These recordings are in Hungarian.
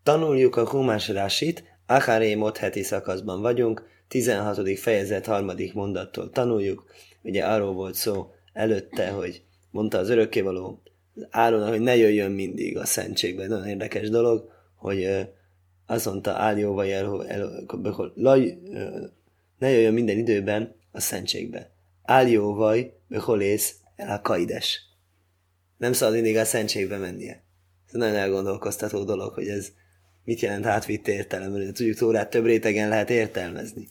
Tanuljuk a Humás Rásit, Acharé Motheti szakaszban vagyunk, 16. fejezet 3. mondattól tanuljuk. Ugye arról volt szó előtte, hogy mondta az örökkévaló Áronnak, hogy ne jöjjön mindig a szentségbe. Nagyon érdekes dolog, hogy azt mondta Áljóvaj ne jöjjön minden időben a szentségbe. Áljóvaj beholész el a kaides. Nem szabad mindig a szentségbe mennie. Ez nagyon elgondolkoztató dolog, hogy ez mit jelent átvitt értelemben. Tudjuk, Tórát több rétegen lehet értelmezni.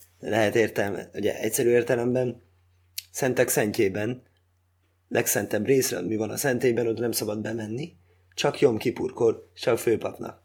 Ugye egyszerű értelemben, szentek szentjében, legszentebb részre, mi van a szentélyben, oda nem szabad bemenni, csak Jom Kipurkor, csak a főpapnak.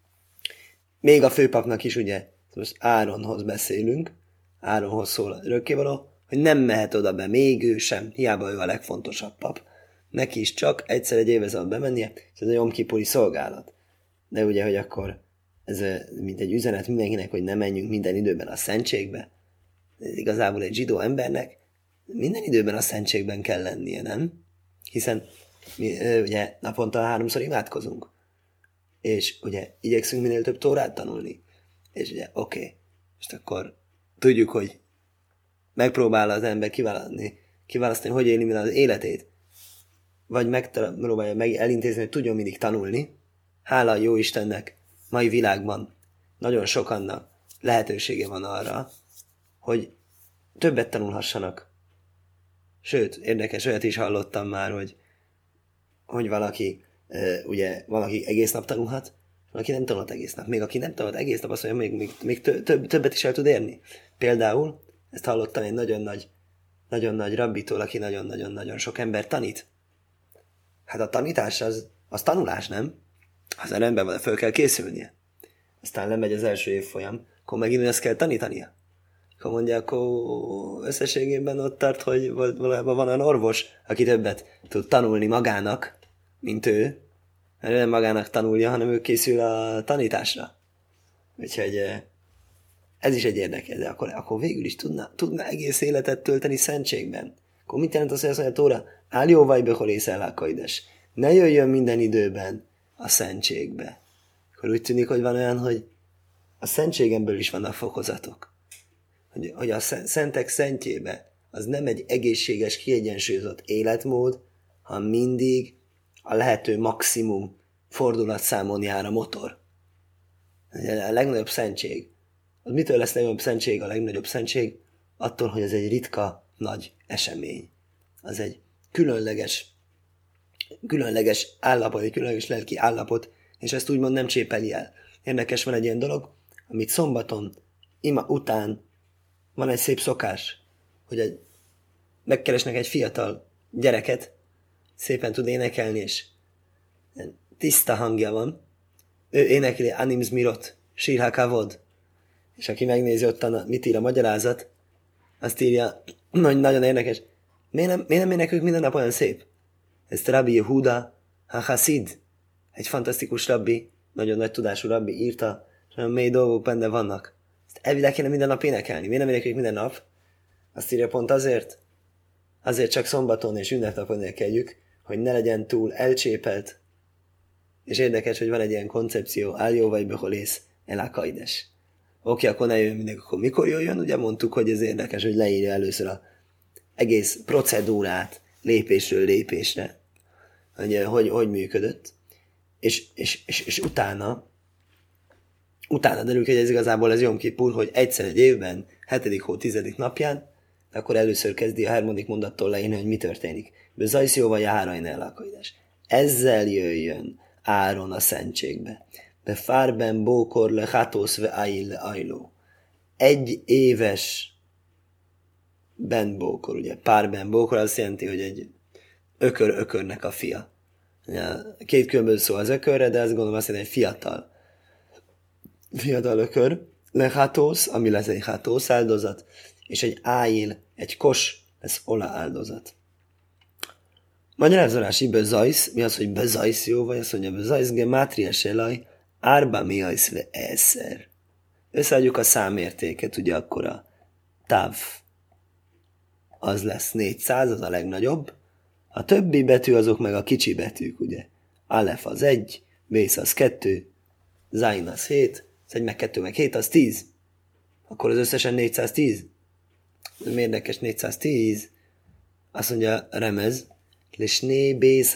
Még a főpapnak is, ugye, most Áronhoz beszélünk, Áronhoz szól az örökkévaló, hogy nem mehet oda be, még ő sem, hiába ő a legfontosabb pap. Neki is csak egyszer egy éve szabad bemennie, ez a Jom Kipuri szolgálat. De ugye, hogy akkor ez mint egy üzenet mindenkinek, hogy ne menjünk minden időben a szentségbe. Ez igazából egy zsidó embernek minden időben a szentségben kell lennie, nem? Hiszen mi ugye naponta 3-szor imádkozunk. És ugye igyekszünk minél több Tórát tanulni. És ugye oké. Most akkor tudjuk, hogy megpróbál az ember kiválasztani, hogy éli az életét. Vagy megpróbálja elintézni, hogy tudjon mindig tanulni. Hála a jó Istennek, mai világban nagyon sokannak lehetősége van arra, hogy többet tanulhassanak. Sőt, érdekes, olyat is hallottam már, hogy valaki egész nap tanulhat, valaki nem tanult egész nap. Még aki nem tanult egész nap, azt mondja, még többet is el tud érni. Például, ezt hallottam egy nagyon nagy rabbitól, aki nagyon-nagyon sok ember tanít. Hát a tanítás az tanulás, nem? Az rendben van, föl kell készülnie. Aztán lemegy az első évfolyam, akkor megint ezt kell tanítania. Akkor mondja, akkor összességében ott tart, hogy valójában van olyan orvos, aki többet tud tanulni magának, mint ő. Mert ő nem magának tanulja, hanem ő készül a tanításra. Úgyhogy ez is egy érdekes, de akkor végül is tudna egész életet tölteni szentségben. Akkor mit jelent az, hogy azt mondja Tóra? Áljóvaj beholész el a kaides. Ne jöjjön minden időben a szentségbe. Akkor úgy tűnik, hogy van olyan, hogy a szentségemből is vannak fokozatok. Hogy a szentek szentjébe az nem egy egészséges, kiegyensúlyozott életmód, hanem mindig a lehető maximum fordulatszámon jár a motor. A legnagyobb szentség. Az mitől lesz legnagyobb szentség a legnagyobb szentség? Attól, hogy ez egy ritka, nagy esemény. Az egy különleges állapot, egy különleges lelki állapot, és ezt úgymond nem csépeli el. Érdekes, van egy ilyen dolog, amit szombaton, ima után van egy szép szokás, hogy megkeresnek egy fiatal gyereket, szépen tud énekelni, és tiszta hangja van. Ő énekli Anim Zmirot, Shir HaKavod. És aki megnézi ott, mit ír a magyarázat, azt írja, nagyon érdekes, miért nem énekeljük minden nap olyan szép? Ezt Rabbi Yehuda HaChasid, egy fantasztikus rabbi, nagyon nagy tudású rabbi írta, és nagyon mély dolgok benne vannak. Ezt elvileg kéne minden nap énekelni. Miért nem énekeljük minden nap? Azt írja pont azért csak szombaton és ünnepnapon énekeljük, hogy ne legyen túl elcsépelt. És érdekes, hogy van egy ilyen koncepció, áljóvaj beholész el a kaides. Oké, akkor ne jöjjön mindig, akkor mikor jöjjön? Ugye mondtuk, hogy ez érdekes, hogy leírja először az egész procedúrát lépésről lépésre, hogy működött. És utána derül ki, hogy ez igazából ez Jom Kipur, hogy egyszer egy évben, 7. hó 10. napján, akkor először kezdi a 3. mondattól leírni, hogy mi történik. Bezajszjóval járajn el a kaides. Ezzel jöjjön Áron a szentségbe. Be fárben bókor le hátósz ve áil le ájló. 1 éves ben bókor, ugye párben bókor azt jelenti, hogy egy ökörnek a fia. Két különböző szó az ökörre, de azt gondolom azt jelenti, hogy fiatal ökör, le hátósz, ami lesz egy hátósz áldozat, és egy áil, egy kos, lesz ola áldozat. Magyarázolási bezajsz, mi az, hogy bezajsz jó, vagy azt mondja, bezajsz gemátria selaj, árba mi ajsz ve eszer. Összeadjuk a számértéket, ugye akkor a táv az lesz 400, az a legnagyobb, a többi betű azok meg a kicsi betűk, ugye. Alef az 1, Bész az 2, Zain az 7, szedj meg 2 meg 7, az 10. Akkor az összesen 410. Ez érdekes, 410. Azt mondja Remez, Lesné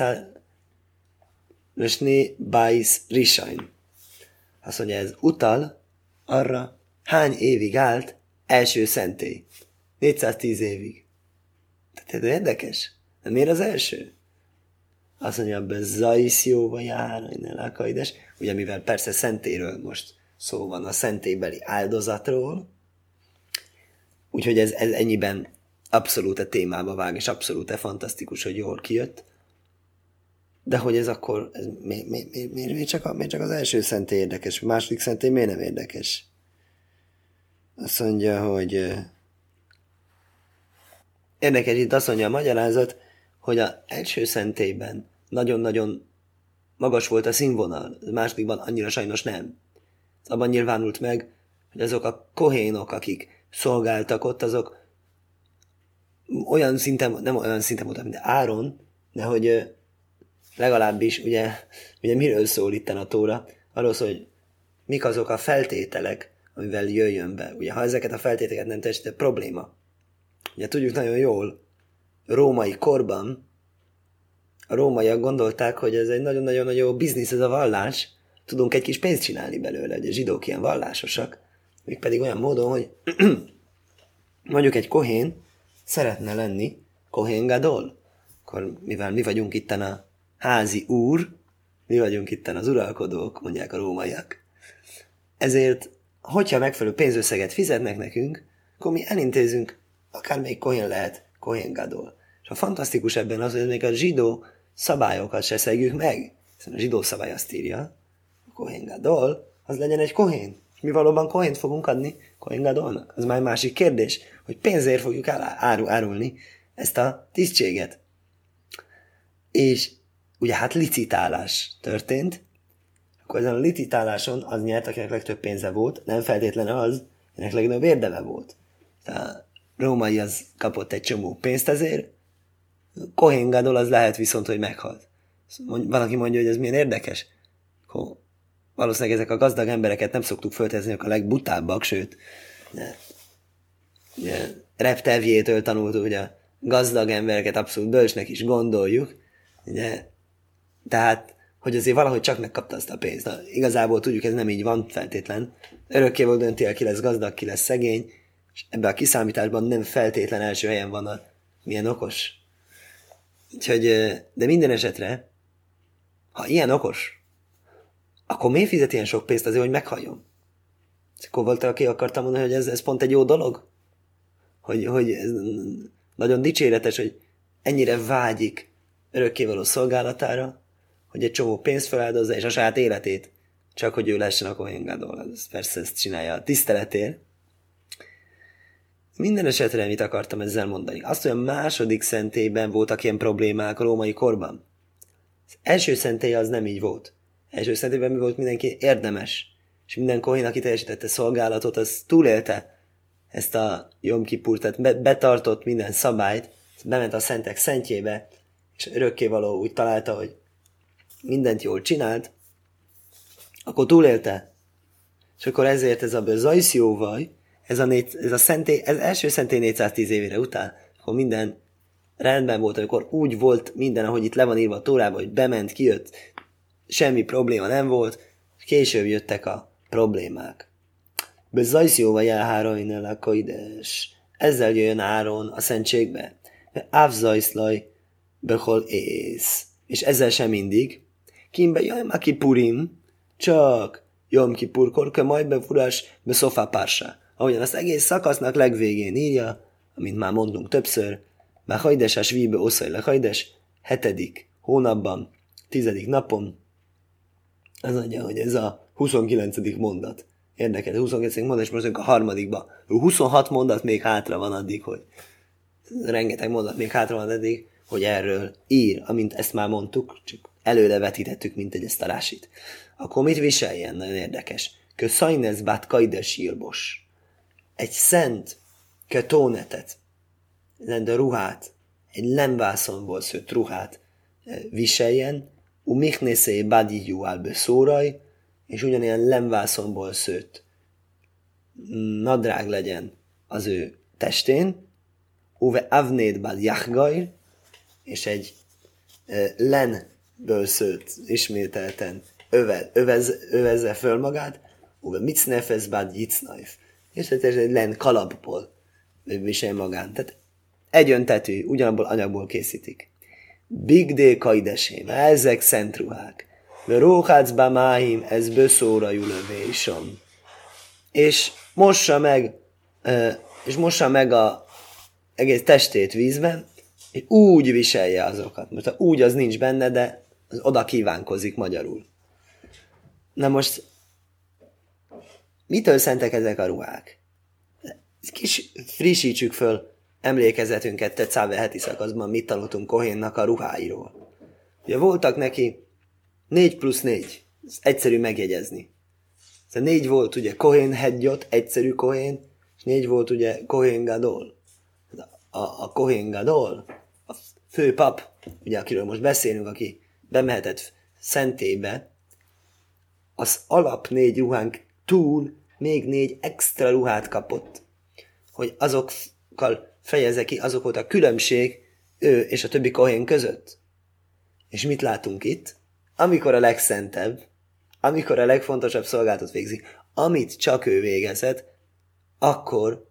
Bájsz Risain. Azt mondja, ez utal arra, hány évig állt első szentély. 410 évig. Tehát ez érdekes. De miért az első? Azt mondja, bezajszjóva jár, elakaides. Ugye mivel persze szentéről most szó van, a szentélybeli áldozatról, úgyhogy ez ennyiben abszolút a témába vág, és abszolút fantasztikus, hogy jól kijött. De hogy ez akkor, ez miért csak az első szentély érdekes, a második szentély miért nem érdekes? Azt mondja, hogy érdekes, itt azt mondja a magyarázat, hogy az első szentélyben nagyon-nagyon magas volt a színvonal, a másodikban annyira sajnos nem. Abban nyilvánult meg, hogy azok a kohénok, akik szolgáltak ott, azok olyan szinten, nem olyan szinten voltak, mint Áron, de hogy legalábbis, ugye miről szól itten a Tóra? Arról szól, hogy mik azok a feltételek, amivel jöjjön be. Ugye, ha ezeket a feltételeket nem teljesít, probléma. Ugye tudjuk nagyon jól, római korban a rómaiak gondolták, hogy ez egy nagyon-nagyon jó biznisz ez a vallás, tudunk egy kis pénzt csinálni belőle, hogy a zsidók ilyen vallásosak, még pedig olyan módon, hogy mondjuk egy kohén szeretne lenni kohén gadol, akkor mivel mi vagyunk itten a házi úr, mi vagyunk itten az uralkodók, mondják a rómaiak. Ezért, hogyha megfelelő pénzösszeget fizetnek nekünk, akkor mi elintézünk, akármelyik kohén lehet, kohén gadol. És a fantasztikus ebben az, hogy még a zsidó szabályokat se szegjük meg. Hiszen a zsidó szabály azt írja, a kohén gadol, az legyen egy kohén. És mi valóban kohént fogunk adni kohén gadolnak. Az már egy másik kérdés, hogy pénzért fogjuk árulni ezt a tisztséget. És ugye hát licitálás történt, akkor ezen a licitáláson az nyert, akinek legtöbb pénze volt, nem feltétlenül az, akinek legnagyobb érdeme volt. A római az kapott egy csomó pénzt ezért, kohén gadol az lehet viszont, hogy meghalt. Valaki mondja, hogy ez milyen érdekes. Akkor valószínűleg ezek a gazdag embereket nem szoktuk föltezni, a legbutábbak, sőt, Reptevjétől tanultuk, hogy a gazdag embereket abszolút bölcsnek is gondoljuk, ugye? Tehát, hogy azért valahogy csak megkapta azt a pénzt. Na, igazából tudjuk, ez nem így van feltétlen. Örökkéval dönti el, ki lesz gazdag, ki lesz szegény, és ebben a kiszámításban nem feltétlen első helyen van a milyen okos. Úgyhogy, de minden esetre, ha ilyen okos, akkor miért fizet ilyen sok pénzt azért, hogy meghalljon? És akkor volt, aki akarta mondani, hogy ez pont egy jó dolog? Hogy ez nagyon dicséretes, hogy ennyire vágyik örökkévaló szolgálatára, hogy egy csomó pénzt feláldozza, és a saját életét, csak hogy ő lehessen a kohén gadol. Persze ezt csinálja a tiszteletért. Minden esetre mit akartam ezzel mondani? Azt, hogy a második szentélyben voltak ilyen problémák a római korban. Az első szentély az nem így volt. Az első szentélyben mi volt mindenki érdemes, és minden kohén, aki teljesítette szolgálatot, az túlélte ezt a Jom Kipurt, tehát betartott minden szabályt, bement a szentek szentjébe, és örökkévaló úgy találta, hogy mindent jól csinált, akkor túlélte. És akkor ezért ez a zajszjóvaj, ez a szentély, ez első szentély 410 évére után, akkor minden rendben volt, amikor úgy volt minden, ahogy itt le van írva a Tórában, hogy bement, kijött, semmi probléma nem volt, és később jöttek a problémák. Zajszjóvaj elhárain a koides. Ezzel jön Áron a szentségbe. Ávzajszlaj behol ész. És ezzel sem mindig. Kimbe Jom Kipurim, csak Jom Kipurkor, majd befurás beszofá pársa. Ahogyan azt egész szakasznak legvégén írja, amint már mondtunk többször, már hajdes a svíbe oszaj le hajdes, 7. hónapban, 10. napon, az mondja, hogy ez a 29. mondat. Érdekes, 29. mondat, és most a harmadikba. 26 mondat még hátra van addig, hogy rengeteg mondat még hátra van addig, hogy erről ír, amint ezt már mondtuk, csak előre vetítettük, mint egy ezt a rásit. Akkor mit viseljen? Nagyon érdekes. Szajnez bát kajdes jírbos. Egy szent kötónetet, de ruhát, egy lemvászonból szőtt ruhát viseljen, michnészé badigyú álbe szóraj, és ugyanilyen lemvászonból szőtt nadrág legyen az ő testén, uve avnéd bad jachgair, és lenből szőtt ismételten övezze föl magát, uve mitznefez bad jicnaif, és egy len kalapból visel magán. Tehát egyöntetű, ugyanabból anyagból készítik. Bigdé kaidesém, ezek szent ruhák. Róhácba máhim, ez böszóra jülövésom. És mossa meg a egész testét vízben, és úgy viselje azokat. Most úgy az nincs benne, de az oda kívánkozik magyarul. Na most, mitől szentek ezek a ruhák? Kis frissítsük föl emlékezetünket Tetszáve heti szakaszban, mit tanultunk Kohénnak a ruháiról. Ugye voltak neki 4+4, ez egyszerű megjegyezni. Ez 4 volt ugye Kohén Hedjot, egyszerű Kohén, és 4 volt ugye Kohén Gadol. A Kohén Gadol, a főpap, ugye akiről most beszélünk, aki bemehetett szentélybe, az alap 4 ruhánk túl még 4 extra ruhát kapott, hogy azokkal fejezze ki, azok volt a különbség ő és a többi kohén között. És mit látunk itt? Amikor a legszentebb, amikor a legfontosabb szolgálatot végzi, amit csak ő végezett, akkor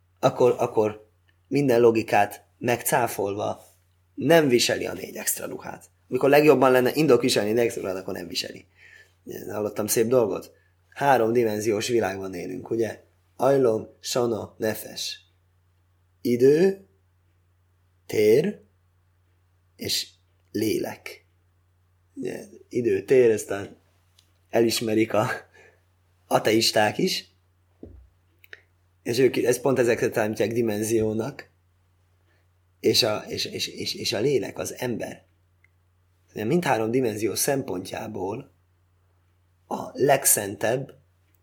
minden logikát megcáfolva nem viseli a 4 extra ruhát. Amikor legjobban lenne indok viselni 4 extra ruhát, akkor nem viseli. Hallottam szép dolgot? 3-dimenziós világban élünk, ugye? Ajlom, sana, nefes. Idő, tér és lélek. Ugye, idő, tér, ezt elismerik a ateisták is, és ők ezt pont ezeket számítják dimenziónak, és a lélek, az ember. Mindhárom dimenzió szempontjából a legszentebb,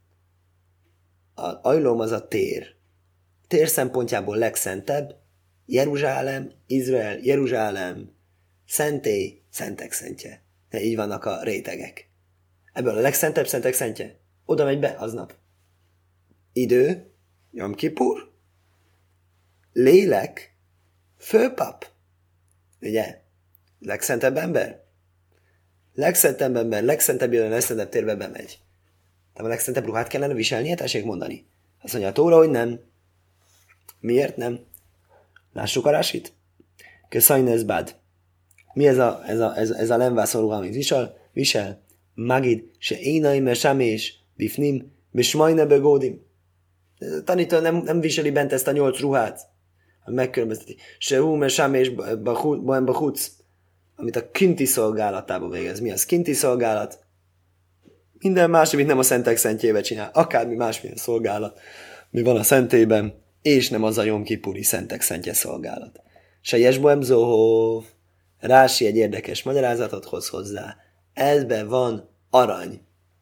a ajlom az a tér. Tér szempontjából legszentebb, Jeruzsálem, Izrael, Jeruzsálem, szentély, szentek szentje. De így vannak a rétegek. Ebből a legszentebb szentek szentje. Oda megy be aznap. Idő, Jom Kipur, lélek, főpap. Ugye? Legszentebb ember. Legszentebb ember, legszentebb jön, legszentebb térbe bemegy. De a legszentebb ruhát kellene viselnie, tessék mondani. Azt mondja a Tóra, hogy nem. Miért nem? Lássuk a Rásit. Köszönjön bád. Mi ez a lemvászon ruha, amit visel? Magid, se énaim, samés, bifnim, besmajne begódim. Tanító nem viseli bent ezt a 8 ruhát. Megkülönbözteti. Se húme, samés, bachuc, amit a kinti szolgálatába végez. Mi az kinti szolgálat? Minden más, amit nem a szentek szentjébe csinál. Akármi másmilyen szolgálat, mi van a szentélyben, és nem az a Jom Kipuri szentek szentje szolgálat. Se jesboem zohov. Rási egy érdekes magyarázatot hoz hozzá. Ezben van arany.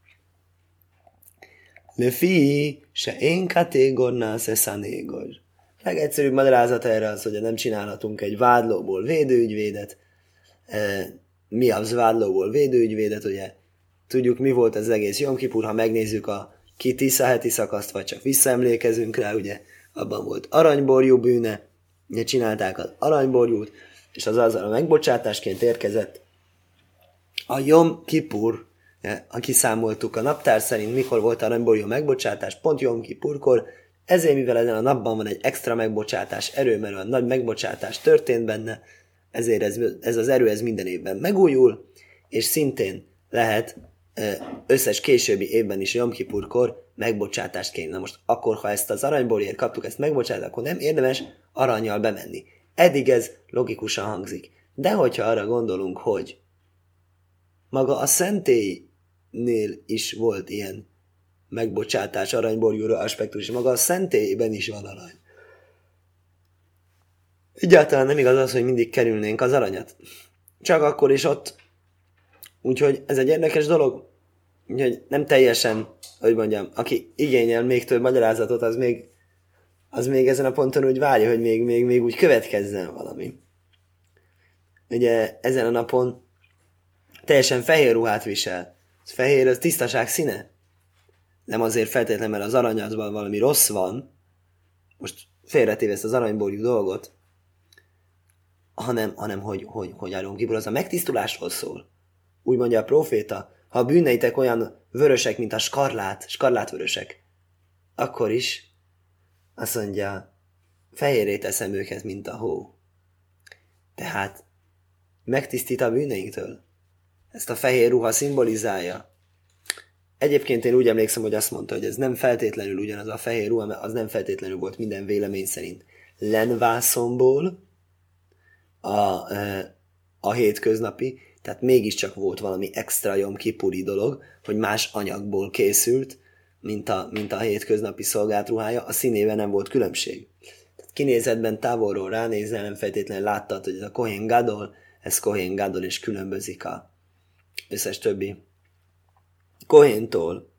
Lefi se én kategornál se szanégor. Legegyszerűbb magyarázat erre az, hogy nem csinálhatunk egy vádlóból védőügyvédet. Mi az vádlóból védőügyvédet, ugye? Tudjuk, mi volt az egész Jom Kipur, ha megnézzük a Tisza heti szakaszt, vagy csak visszaemlékezünk rá, ugye? Abban volt aranyborjú bűne, ugye csinálták az aranyborjút, és az azzal a megbocsátásként érkezett a Jom Kipur, aki számoltuk a naptár szerint, mikor volt a aranyborjú megbocsátás, pont Jom Kipurkor, ezért mivel ezen a napban van egy extra megbocsátás, erőmerően nagy megbocsátás történt benne, ezért ez az erő ez minden évben megújul, és szintén lehet összes későbbi évben is Jom Kipurkor megbocsátást kérni. Na most akkor, ha ezt az aranyborjért kaptuk, ezt megbocsátást, akkor nem érdemes arannyal bemenni. Eddig ez logikusan hangzik. De hogyha arra gondolunk, hogy maga a szentélynél is volt ilyen megbocsátás, aranyborjúra aspektus, és maga a szentélyben is van arany. Egyáltalán nem igaz az, hogy mindig kerülnénk az aranyat. Csak akkor is ott. Úgyhogy ez egy érdekes dolog. Úgyhogy nem teljesen, hogy mondjam, aki igényel még több magyarázatot, az még ezen a ponton úgy várja, hogy még úgy következzen valami. Ugye ezen a napon teljesen fehér ruhát visel Fehér az tisztaság színe. Nem azért feltétlenül, mert az aranyatban valami rossz van, most félretéve ezt az aranyborjú dolgot, hanem hogy Jom Kipur az a megtisztulásról szól. Úgy mondja a próféta, ha a bűneitek olyan vörösek, mint a skarlátvörösek, akkor is azt mondja, fehérré teszem őket, mint a hó. Tehát megtisztít a bűneinktől. Ezt a fehér ruha szimbolizálja. Egyébként én úgy emlékszem, hogy azt mondta, hogy ez nem feltétlenül ugyanaz a fehér ruha, mert az nem feltétlenül volt minden vélemény szerint lenvászomból a hétköznapi, tehát mégiscsak volt valami extra Jom Kipuri dolog, hogy más anyagból készült, mint a hétköznapi szolgált ruhája, a színében nem volt különbség. Tehát kinézetben távolról ránézel, nem feltétlenül láttad, hogy ez a Kohen Gadol, ez Kohen Gadol, és különbözik a összes többi Kohéntól.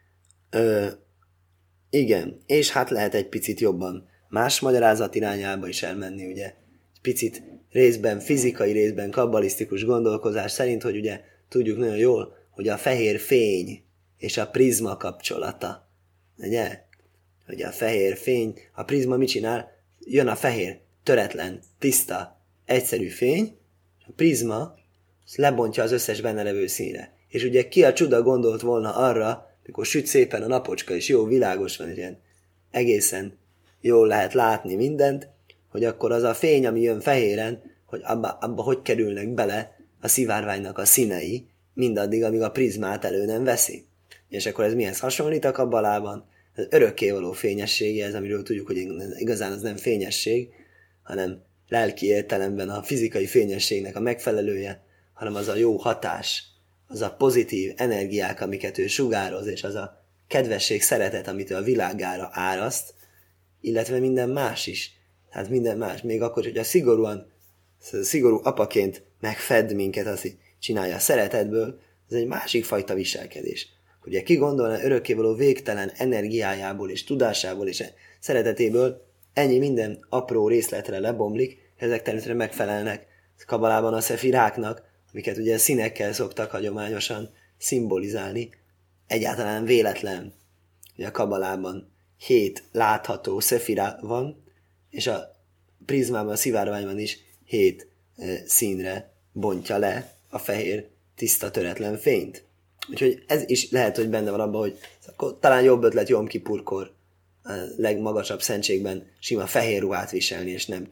Igen, és hát lehet egy picit jobban más magyarázat irányába is elmenni, ugye. Egy picit részben fizikai, részben kabbalisztikus gondolkozás szerint, hogy ugye tudjuk nagyon jól, hogy a fehér fény és a prizma kapcsolata. Ugye? Hogy a fehér fény, a prizma mit csinál? Jön a fehér, töretlen, tiszta, egyszerű fény, a prizma lebontja az összes benne levő színre. És ugye ki a csuda gondolt volna arra, mikor süt szépen a napocska, és jó világos van, és ilyen egészen jól lehet látni mindent, hogy akkor az a fény, ami jön fehéren, hogy abba hogy kerülnek bele a szivárványnak a színei, mindaddig, amíg a prizmát elő nem veszi. És akkor ez mihez hasonlít a kabbalában? Az örökkévaló fényessége, ez amiről tudjuk, hogy igazán az nem fényesség, hanem lelki értelemben a fizikai fényességnek a megfelelője, hanem az a jó hatás, az a pozitív energiák, amiket ő sugároz, és az a kedvesség, szeretet, amit ő a világára áraszt, illetve minden más is. Tehát minden más, még akkor, hogy a szigorú apaként megfed minket, azt csinálja a szeretetből, ez egy másik fajta viselkedés. Ugye ki gondolna örökkévaló végtelen energiájából és tudásából és szeretetéből ennyi minden apró részletre lebomlik, ezek természetesen megfelelnek kabbalában a szefiráknak, amiket ugye színekkel szoktak hagyományosan szimbolizálni. Egyáltalán véletlen, hogy a kabbalában 7 látható szefira van, és a prizmában, a szivárványban is 7 színre bontja le a fehér, tiszta, töretlen fényt. Úgyhogy ez is lehet, hogy benne van abban, hogy akkor talán jobb ötlet Jom Kipurkor a legmagasabb szentségben sima fehér ruhát viselni, és nem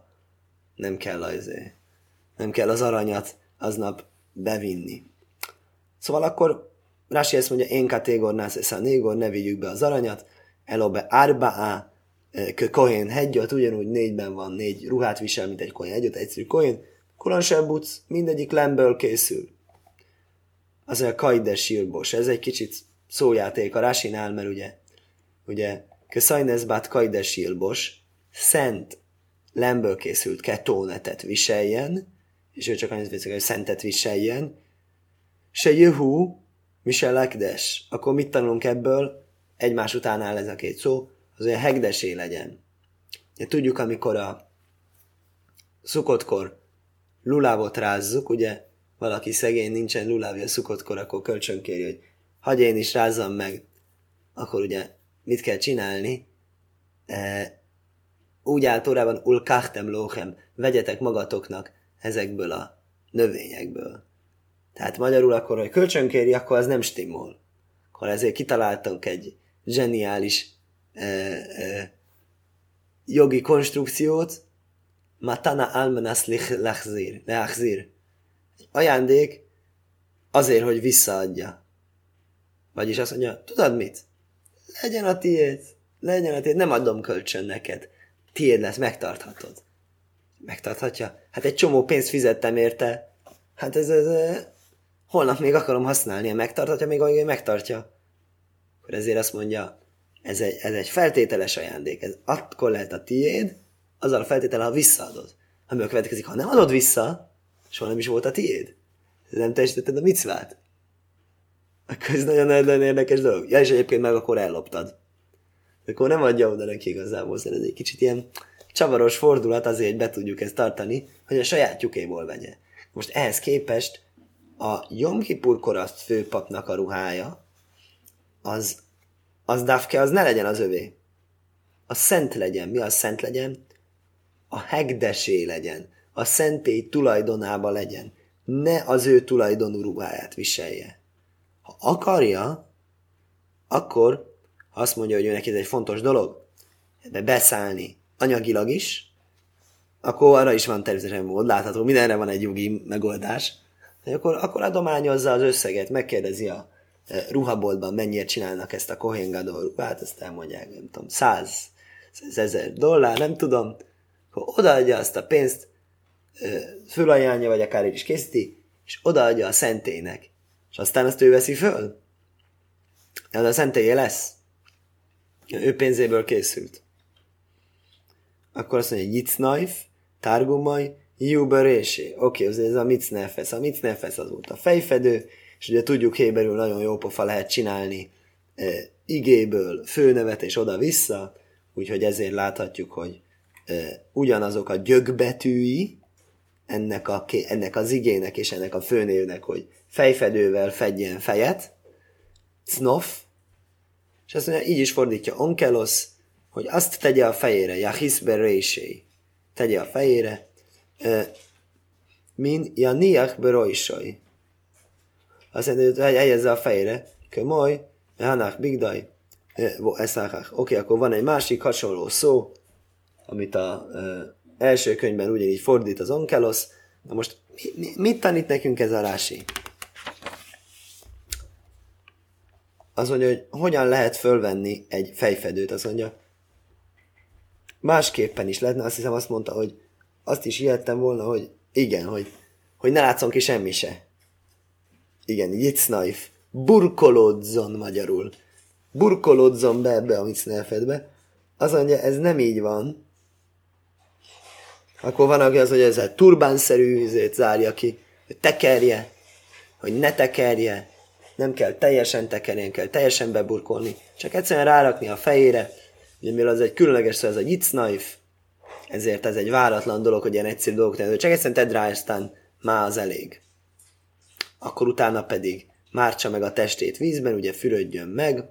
kell az aranyat aznap bevinni. Szóval akkor Rashi ezt mondja, én kategor nász a négor, ne vigyük be az aranyat, elobe árbaá, kohén hegyot, ugyanúgy 4-ben van, 4 ruhát visel, mint egy kohén hegyot, egyszerű kohén, kulansebuc, mindegyik lemből készül. Az a kajdes silbos, ez egy kicsit szójáték a Rasinál, mert ugye köszajneszbát kajdes silbos, szent lemből készült ketónetet viseljen, és ő csak annyit veszik, hogy szentet viseljen, se jöhú, misel lekdes. Akkor mit tanulunk ebből? Egymás után áll ez a két szó, az olyan hegdesé legyen. De tudjuk, amikor a szukotkor lulávot rázzuk, ugye valaki szegény, nincsen lulávja szukotkor, akkor kölcsönkéri, hogy hagyj én is rázzam meg. Akkor ugye mit kell csinálni? Úgy áll Tórában, ulkachtem lóchem, vegyetek magatoknak ezekből a növényekből. Tehát magyarul akkor, hogy kölcsönkéri, akkor az nem stimmol. Akkor ezért kitaláltunk egy zseniális jogi konstrukciót, matana almanas leachzir. Ajándék azért, hogy visszaadja. Vagyis azt mondja, tudod mit? Legyen a tiéd, nem adom kölcsön neked. Tiéd lesz, megtarthatod. Megtarthatja? Hát egy csomó pénzt fizettem érte. Hát ez holnap még akarom használni, megtarthatja, még ahogy megtartja. Akkor ezért azt mondja, ez egy feltételes ajándék. Ez akkor lehet a tiéd, azzal a feltétele, ha visszaadod. Amiből következik, ha nem adod vissza, soha nem is volt a tiéd. Nem teljesítetted a micvát. Akkor ez nagyon-nagyon érdekes dolog. Ja, és egyébként meg akkor elloptad. Akkor nem adja oda neki igazából. Ez egy kicsit ilyen csavaros fordulat azért, hogy be tudjuk ezt tartani, hogy a saját lyukéból vegye. Most ehhez képest a Jom Kipurkor a főpapnak a ruhája, az dafke, az ne legyen az övé. A szent legyen. Mi az szent legyen? A hegdesé legyen. A szentély tulajdonába legyen. Ne az ő tulajdonú ruháját viselje. Ha akarja, akkor azt mondja, hogy ő neki ez egy fontos dolog, ebbe beszállni anyagilag is, akkor arra is van természetesen mód, látható, mindenre van egy jogi megoldás, akkor adományozza az összeget, megkérdezi a ruhaboltban, mennyire csinálnak ezt a Kohen Gadol ruhát, azt elmondják, nem tudom, $100,000, nem tudom, akkor odaadja azt a pénzt, fölajánlja, vagy akár így is készíti, és odaadja a szentélynek, és aztán azt ő veszi föl. Ez a szentélye lesz. Ő pénzéből készült. Akkor azt mondja, Jicnaif, Targumai, Juberésé. Oké, ez a Micnefesz. A Micnefesz az volt a fejfedő, és ugye tudjuk, héberül nagyon jó pofa lehet csinálni igéből főnevet és oda-vissza, úgyhogy ezért láthatjuk, hogy ugyanazok a gyökbetűi ennek az igének és ennek a főnévnek, hogy fejfedővel fedjen fejet, cnof, és azt mondja, így is fordítja onkelos, hogy azt tegye a fejére, jachis berésé, tegye a fejére, min janiach berojsaj. Azt mondja, hogy helyezze a fejére, kömoly, hanach bigdaj, eszachach. Oké, akkor van egy másik hasonló szó, amit az első könyvben ugyanígy fordít az onkelos. Na most mit tanít nekünk ez a Rási? Az mondja, hogy hogyan lehet fölvenni egy fejfedőt. Azt mondja, másképpen is lehetne. Azt hiszem azt mondta, hogy azt is ijedtem volna, hogy igen, hogy ne látszon ki semmi se. Igen, jicnaif. Burkolódzon magyarul. Burkolódzon be ebbe a micnelfedbe. Azt mondja, ez nem így van. Akkor van, aki az, hogy ezzel turbánszerű üzét zárja ki, hogy tekerje, hogy ne tekerje, nem kell teljesen tekerjen, kell teljesen beburkolni, csak egyszerűen rárakni a fejére, ugye mivel az egy különleges szó, ez a jicnaif, ezért ez egy váratlan dolog, hogy ilyen egyszerű dolgok tenni, csak egyszerűen tedd rá, aztán már az elég. Akkor utána pedig mártsa meg a testét vízben, ugye fürödjön meg,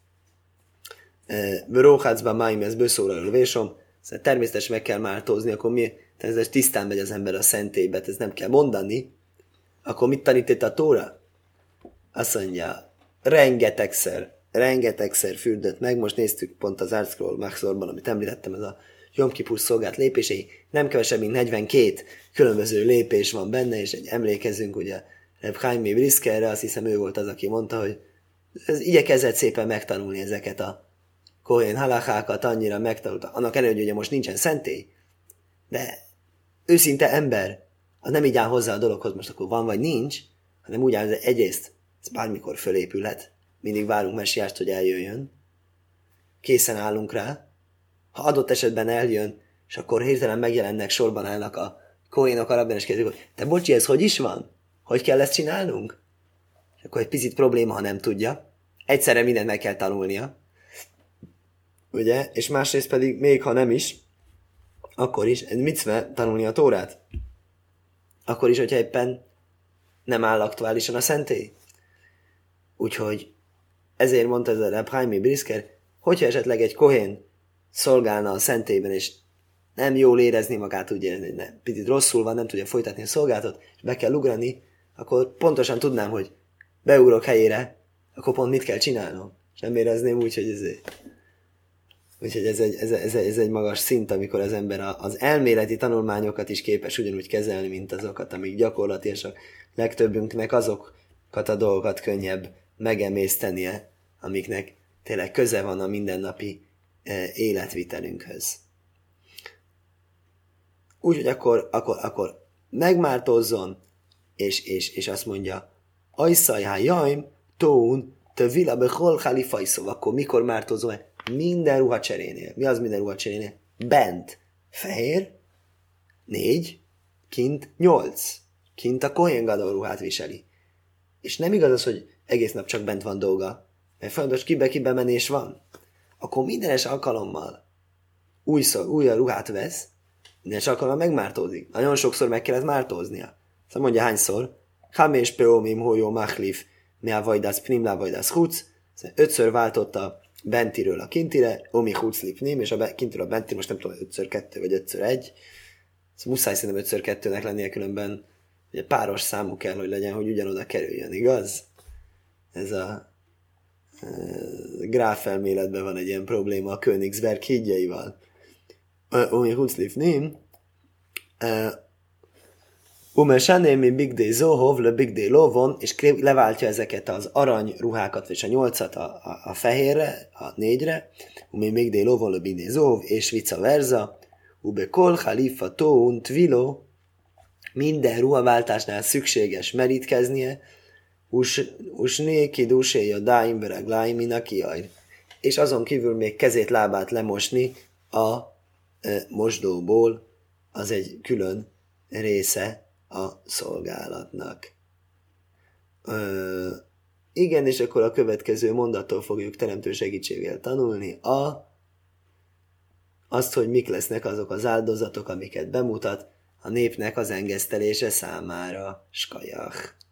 Vöróhácban máim ez bőszóra lövésom, szóval természetesen meg kell mártózni, akkor mi? Tehát tisztán megy az ember a szentélybe, ez nem kell mondani. Akkor mit tanít itt a Tóra? Azt mondja, rengetegszer fürdött meg, most néztük pont az Artscroll Maxorban, amit említettem, ez a Jom Kipur szolgált lépései, nem kevesebb, mint 42 különböző lépés van benne, és emlékezzünk ugye Reb Chaim Briskerre, azt hiszem ő volt az, aki mondta, hogy ez igyekezett szépen megtanulni ezeket a Kohen halachákat, annyira megtanulta, annak ellenére, hogy ugye most nincsen szentély, de őszinte ember, ha nem így áll hozzá a dologhoz, most akkor van vagy nincs, hanem úgy áll, hogy egyrészt ez bármikor fölépülhet, mindig várunk messiást, hogy eljöjjön, készen állunk rá, ha adott esetben eljön, és akkor hirtelen megjelennek, sorban állnak a kohénok arabban, és kérdezik, hogy te bocsi, ez hogy is van? Hogy kell ezt csinálnunk? És akkor egy picit probléma, ha nem tudja. Egyszerre mindent meg kell tanulnia. Ugye? És másrészt pedig, még ha nem is, akkor is, egy micve tanulni a Tórát. Akkor is, hogyha éppen nem áll aktuálisan a szentély. Úgyhogy ezért mondta ez a Reb Chaim Brisker, hogyha esetleg egy kohén szolgálna a szentélyben, és nem jól érezni magát, úgy érezni, hogy picit rosszul van, nem tudja folytatni a szolgálatot, és be kell ugrani, akkor pontosan tudnám, hogy beugrok helyére, akkor pont mit kell csinálnom. És nem érezném úgy, hogy úgyhogy ez egy magas szint, amikor az ember az elméleti tanulmányokat is képes ugyanúgy kezelni, mint azokat, amik gyakorlatilag legtöbbünknek azokat a dolgokat könnyebb megemésztenie, amiknek tényleg köze van a mindennapi életvitelünkhöz. Úgyhogy akkor megmártózzon, és azt mondja, ajszajhá jaim, tón, te vila bechol halifajszov, akkor mikor mártózzon? Minden ruhacserénél. Mi az minden ruhacserénél? Bent. Fehér. 4. Kint 8. Kint a Kohen Gadol ruhát viseli. És nem igaz az, hogy egész nap csak bent van dolga, mert fontos kibe menés van. Akkor mindenes alkalommal új ruhát vesz, mindenes alkalommal megmártózik. Nagyon sokszor meg kellett mártóznia. Szóval mondja hányszor? Hamés peomim hójó machlif, mi a vajdász pnim, lá vajdász huc. 5-ször váltotta bentiről a kintire, omi huclip nim, és a kintiről a bentire, most nem tudom, 5x2 vagy 5x1. Ez muszáj szerintem 5x2-nek lennie, különben ugye páros számú kell, hogy legyen, hogy ugyanoda kerüljön, igaz? Ez a gráfelméletben van egy ilyen probléma a Königsberg hídjaival. Omi huclip nim, Umesanémi Big Day Zohov, le Big Day Lovon, és leváltja ezeket az arany ruhákat, és a 8-at a fehérre, a 4-re, Umi Big Day Lovon, le Big Day Zohov, és vice versa, Ube Kol, Halifa, Toun, Tvilo, minden ruhaváltásnál szükséges merítkeznie, Usnéki, Duséja, Dáim, Beregláim, Minakijaj. És azon kívül még kezét, lábát lemosni a mosdóból, az egy külön része a szolgálatnak. Igen, és akkor a következő mondattól fogjuk teremtő segítségével tanulni azt, hogy mik lesznek azok az áldozatok, amiket bemutat a népnek az engesztelése számára. Skajach.